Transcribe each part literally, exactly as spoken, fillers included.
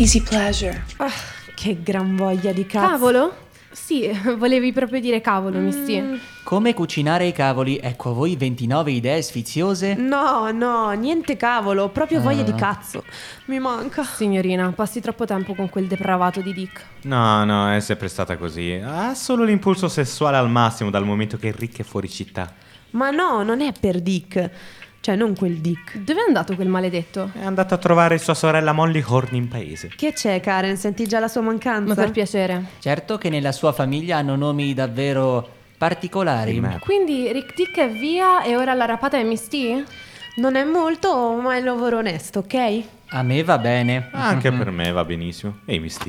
easy pleasure. Ah, che gran voglia di cazzo. Cavolo? Sì, volevi proprio dire cavolo, Mm. Misty. Come cucinare i cavoli? Ecco a voi ventinove idee sfiziose. No, no, niente cavolo, proprio voglia Ah. di cazzo. Mi manca. Signorina, passi troppo tempo con quel depravato di Dick. No, no, è sempre stata così. Ha solo l'impulso sessuale al massimo dal momento che Rick è fuori città. Ma no, non è per Dick. Cioè, non quel Dick. Dove è andato quel maledetto? È andato a trovare sua sorella Molly Horn in paese. Che c'è, Karen? Senti già la sua mancanza? Ma per piacere. Certo che nella sua famiglia hanno nomi davvero particolari. Di me. Quindi Rick Dick è via e ora la rapata è Misty? Non è molto, ma è lavoro onesto, ok? A me va bene. Anche per me va benissimo. Ehi, Misty.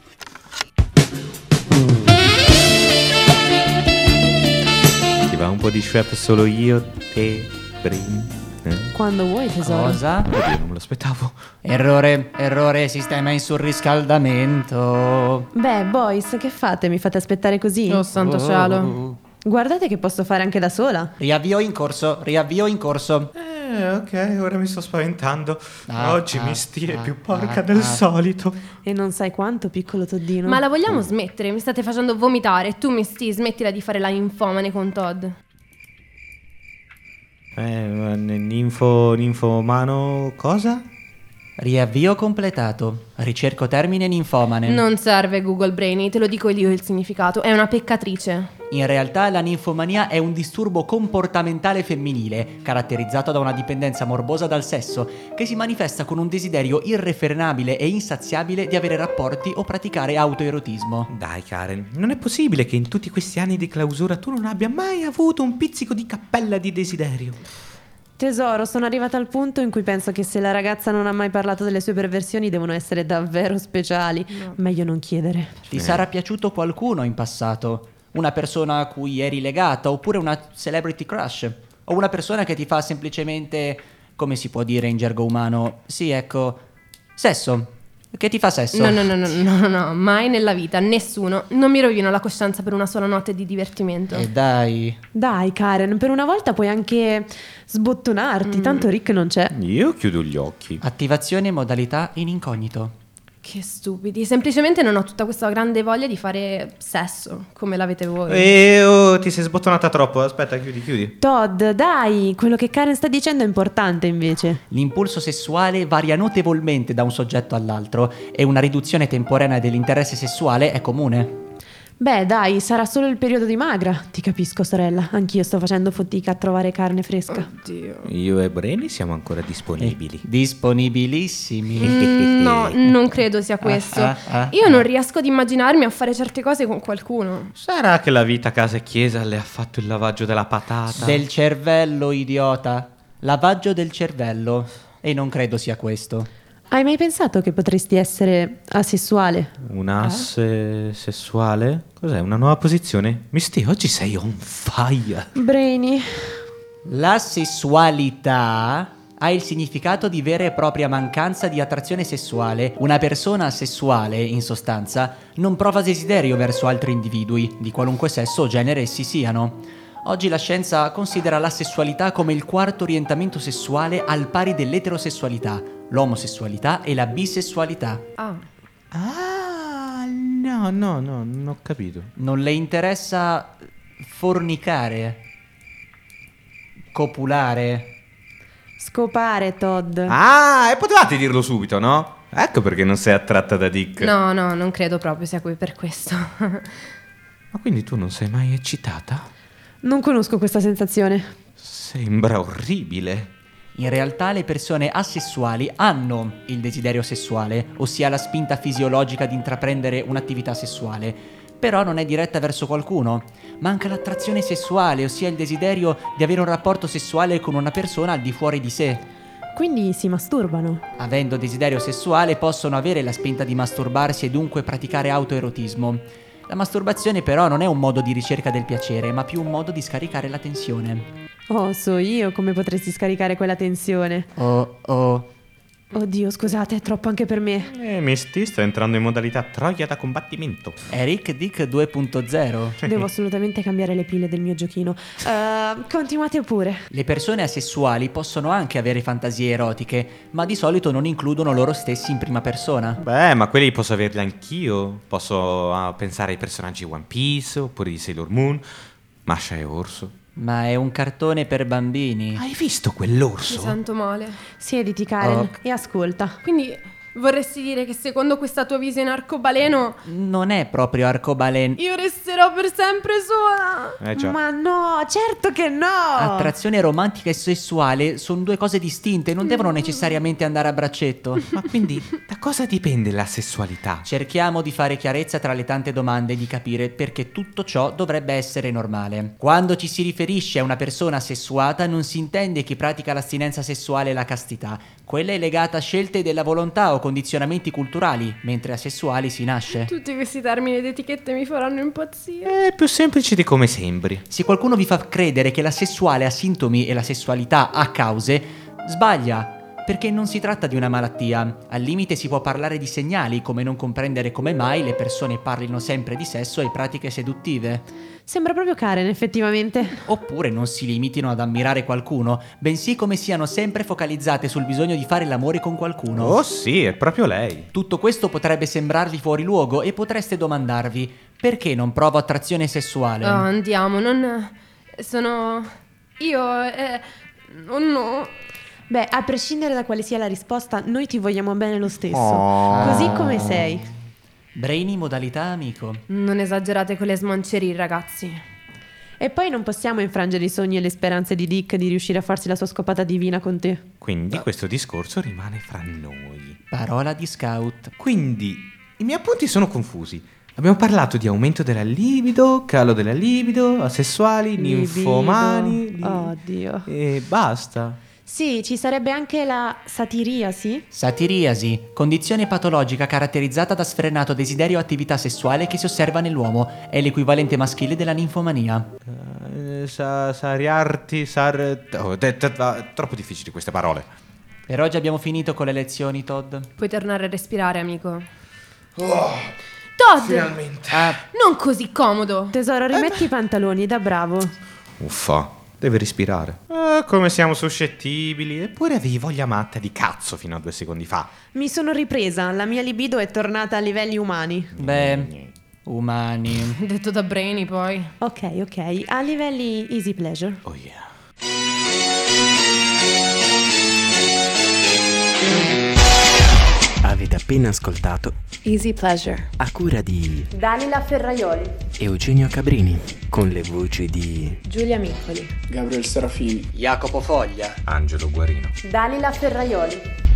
Ti va un po' di Schweppes solo io, te, Brin? Eh? Quando vuoi, tesoro. Cosa? Oddio, non me lo aspettavo. Errore, errore, sistema in surriscaldamento. Beh, boys, che fate? Mi fate aspettare così? Oh, santo cielo. Guardate che posso fare anche da sola. Riavvio in corso, riavvio in corso. Eh, ok, ora mi sto spaventando. Ah, Oggi ah, Misty è ah, più porca ah, del ah. solito. E non sai quanto, piccolo Toddino. Ma la vogliamo smettere? Mi state facendo vomitare. Tu, Misty, smettila di fare la infomane con Todd. Eh, ma n- ninfo, ninfomano, cosa? Riavvio completato. Ricerco termine ninfomane. Non serve Google Brainy, te lo dico io il significato. È una peccatrice. In realtà la ninfomania è un disturbo comportamentale femminile, caratterizzato da una dipendenza morbosa dal sesso, che si manifesta con un desiderio irrefrenabile e insaziabile di avere rapporti o praticare autoerotismo. Dai Karen, non è possibile che in tutti questi anni di clausura tu non abbia mai avuto un pizzico di cappella di desiderio. Tesoro, sono arrivata al punto in cui penso che se la ragazza non ha mai parlato delle sue perversioni devono essere davvero speciali. Meglio non chiedere. Ti sarà piaciuto qualcuno in passato? Una persona a cui eri legata, oppure una celebrity crush? O una persona che ti fa semplicemente, come si può dire in gergo umano, sì, ecco, sesso. Che ti fa sesso? No, no, no, no, no, no, no, mai nella vita, nessuno. Non mi rovino la coscienza per una sola notte di divertimento. E dai. Dai, Karen, per una volta puoi anche sbottonarti, tanto Rick non c'è. Io chiudo gli occhi. Attivazione modalità in incognito. Che stupidi. Semplicemente non ho tutta questa grande voglia di fare sesso, come l'avete voi. E oh, ti sei sbottonata troppo. Aspetta, chiudi, chiudi. Todd, dai, quello che Karen sta dicendo è importante invece. L'impulso sessuale varia notevolmente da un soggetto all'altro e una riduzione temporanea dell'interesse sessuale è comune. Beh, dai, sarà solo il periodo di magra. Ti capisco, sorella. Anch'io sto facendo fatica a trovare carne fresca. Oddio. Io e Breni siamo ancora disponibili. Disponibilissimi. Mm, no, non credo sia questo. ah, ah, Io ah. non riesco ad immaginarmi a fare certe cose con qualcuno. Sarà che la vita casa e chiesa le ha fatto il lavaggio della patata? Del cervello, idiota. Lavaggio del cervello. E non credo sia questo. Hai mai pensato che potresti essere asessuale? Un asse sessuale? Cos'è? Una nuova posizione? Misty, oggi sei on fire. Brainy. La sessualità ha il significato di vera e propria mancanza di attrazione sessuale. Una persona asessuale, in sostanza, non prova desiderio verso altri individui, di qualunque sesso o genere essi siano. Oggi la scienza considera la sessualità come il quarto orientamento sessuale al pari dell'eterosessualità, l'omosessualità e la bisessualità. Ah. Ah, no, no, no, non ho capito. Non le interessa fornicare, copulare. Scopare, Todd. Ah, e potevate dirlo subito, no? Ecco perché non sei attratta da Dick. No, no, non credo proprio sia qui per questo. Ma quindi tu non sei mai eccitata? Non conosco questa sensazione. Sembra orribile. In realtà le persone asessuali hanno il desiderio sessuale, ossia la spinta fisiologica di intraprendere un'attività sessuale, però non è diretta verso qualcuno. Manca l'attrazione sessuale, ossia il desiderio di avere un rapporto sessuale con una persona al di fuori di sé. Quindi si masturbano. Avendo desiderio sessuale possono avere la spinta di masturbarsi e dunque praticare autoerotismo. La masturbazione però non è un modo di ricerca del piacere, ma più un modo di scaricare la tensione. Oh, so io come potresti scaricare quella tensione. Oh, oh. Oddio, scusate, è troppo anche per me. Eh, Misty sta entrando in modalità troia da combattimento. È Rick Dick due punto zero. Devo assolutamente cambiare le pile del mio giochino. Uh, continuate pure. Le persone asessuali possono anche avere fantasie erotiche, ma di solito non includono loro stessi in prima persona. Beh, ma quelli posso averli anch'io. Posso ah, pensare ai personaggi One Piece, oppure di Sailor Moon, Masha e Orso. Ma è un cartone per bambini. Hai visto Mi quell'orso? sento male. Siediti, Karen, Oh. e ascolta. Quindi vorresti dire che secondo questa tua visione arcobaleno Non è proprio arcobaleno. io resterò per sempre sola? Eh già. Ma no, certo che no! Attrazione romantica e sessuale sono due cose distinte, non devono necessariamente andare a braccetto. Ma quindi da cosa dipende la sessualità? Cerchiamo di fare chiarezza tra le tante domande e di capire perché tutto ciò dovrebbe essere normale. Quando ci si riferisce a una persona sessuata non si intende chi pratica l'astinenza sessuale e la castità. Quella è legata a scelte della volontà o condizionamenti culturali, mentre asessuali si nasce. Tutti questi termini ed etichette mi faranno impazzire. È più semplice di come sembri. Se qualcuno vi fa credere che la sessuale ha sintomi e la sessualità ha cause, sbaglia. Perché non si tratta di una malattia. Al limite si può parlare di segnali, come non comprendere come mai le persone parlino sempre di sesso e pratiche seduttive. Sembra proprio Karen, effettivamente. Oppure non si limitino ad ammirare qualcuno, bensì come siano sempre focalizzate sul bisogno di fare l'amore con qualcuno. Oh sì, è proprio lei. Tutto questo potrebbe sembrarvi fuori luogo e potreste domandarvi: perché non provo attrazione sessuale? Oh, andiamo, non... sono... io... Eh... oh no... Beh, a prescindere da quale sia la risposta, noi ti vogliamo bene lo stesso. Oh. Così come sei. Brainy modalità amico. Non esagerate con le smancerie, ragazzi. E poi non possiamo infrangere i sogni e le speranze di Dick di riuscire a farsi la sua scopata divina con te. Quindi questo discorso rimane fra noi. Parola di scout. Quindi i miei appunti sono confusi. Abbiamo parlato di aumento della libido, calo della libido, asessuali, ninfomani li- Oddio. e basta. Sì, ci sarebbe anche la satiriasi. Satiriasi, condizione patologica caratterizzata da sfrenato desiderio o attività sessuale che si osserva nell'uomo. È l'equivalente maschile della ninfomania. Eh, sa- sariarti, sar... Oh, de- de- va- troppo difficili queste parole. Per oggi abbiamo finito con le lezioni, Todd. Puoi tornare a respirare, amico. Oh, Todd! finalmente. Ah, Non così comodo. Tesoro, rimetti i pantaloni, da bravo. Uffa, deve respirare. Ah, come siamo suscettibili. Eppure avevi voglia matta di cazzo fino a due secondi fa. Mi sono ripresa, la mia libido è tornata a livelli umani. beh, umani. Detto da Brainy, poi. Ok, ok, a livelli easy pleasure. Oh yeah. Avete appena ascoltato Easy Pleasure. a cura di Dalila Ferraioli, Eugenio Cabrini, con le voci di Giulia Miccoli, Gabriel Serafini. Jacopo Foglia. Angelo Guarino. Dalila Ferraioli,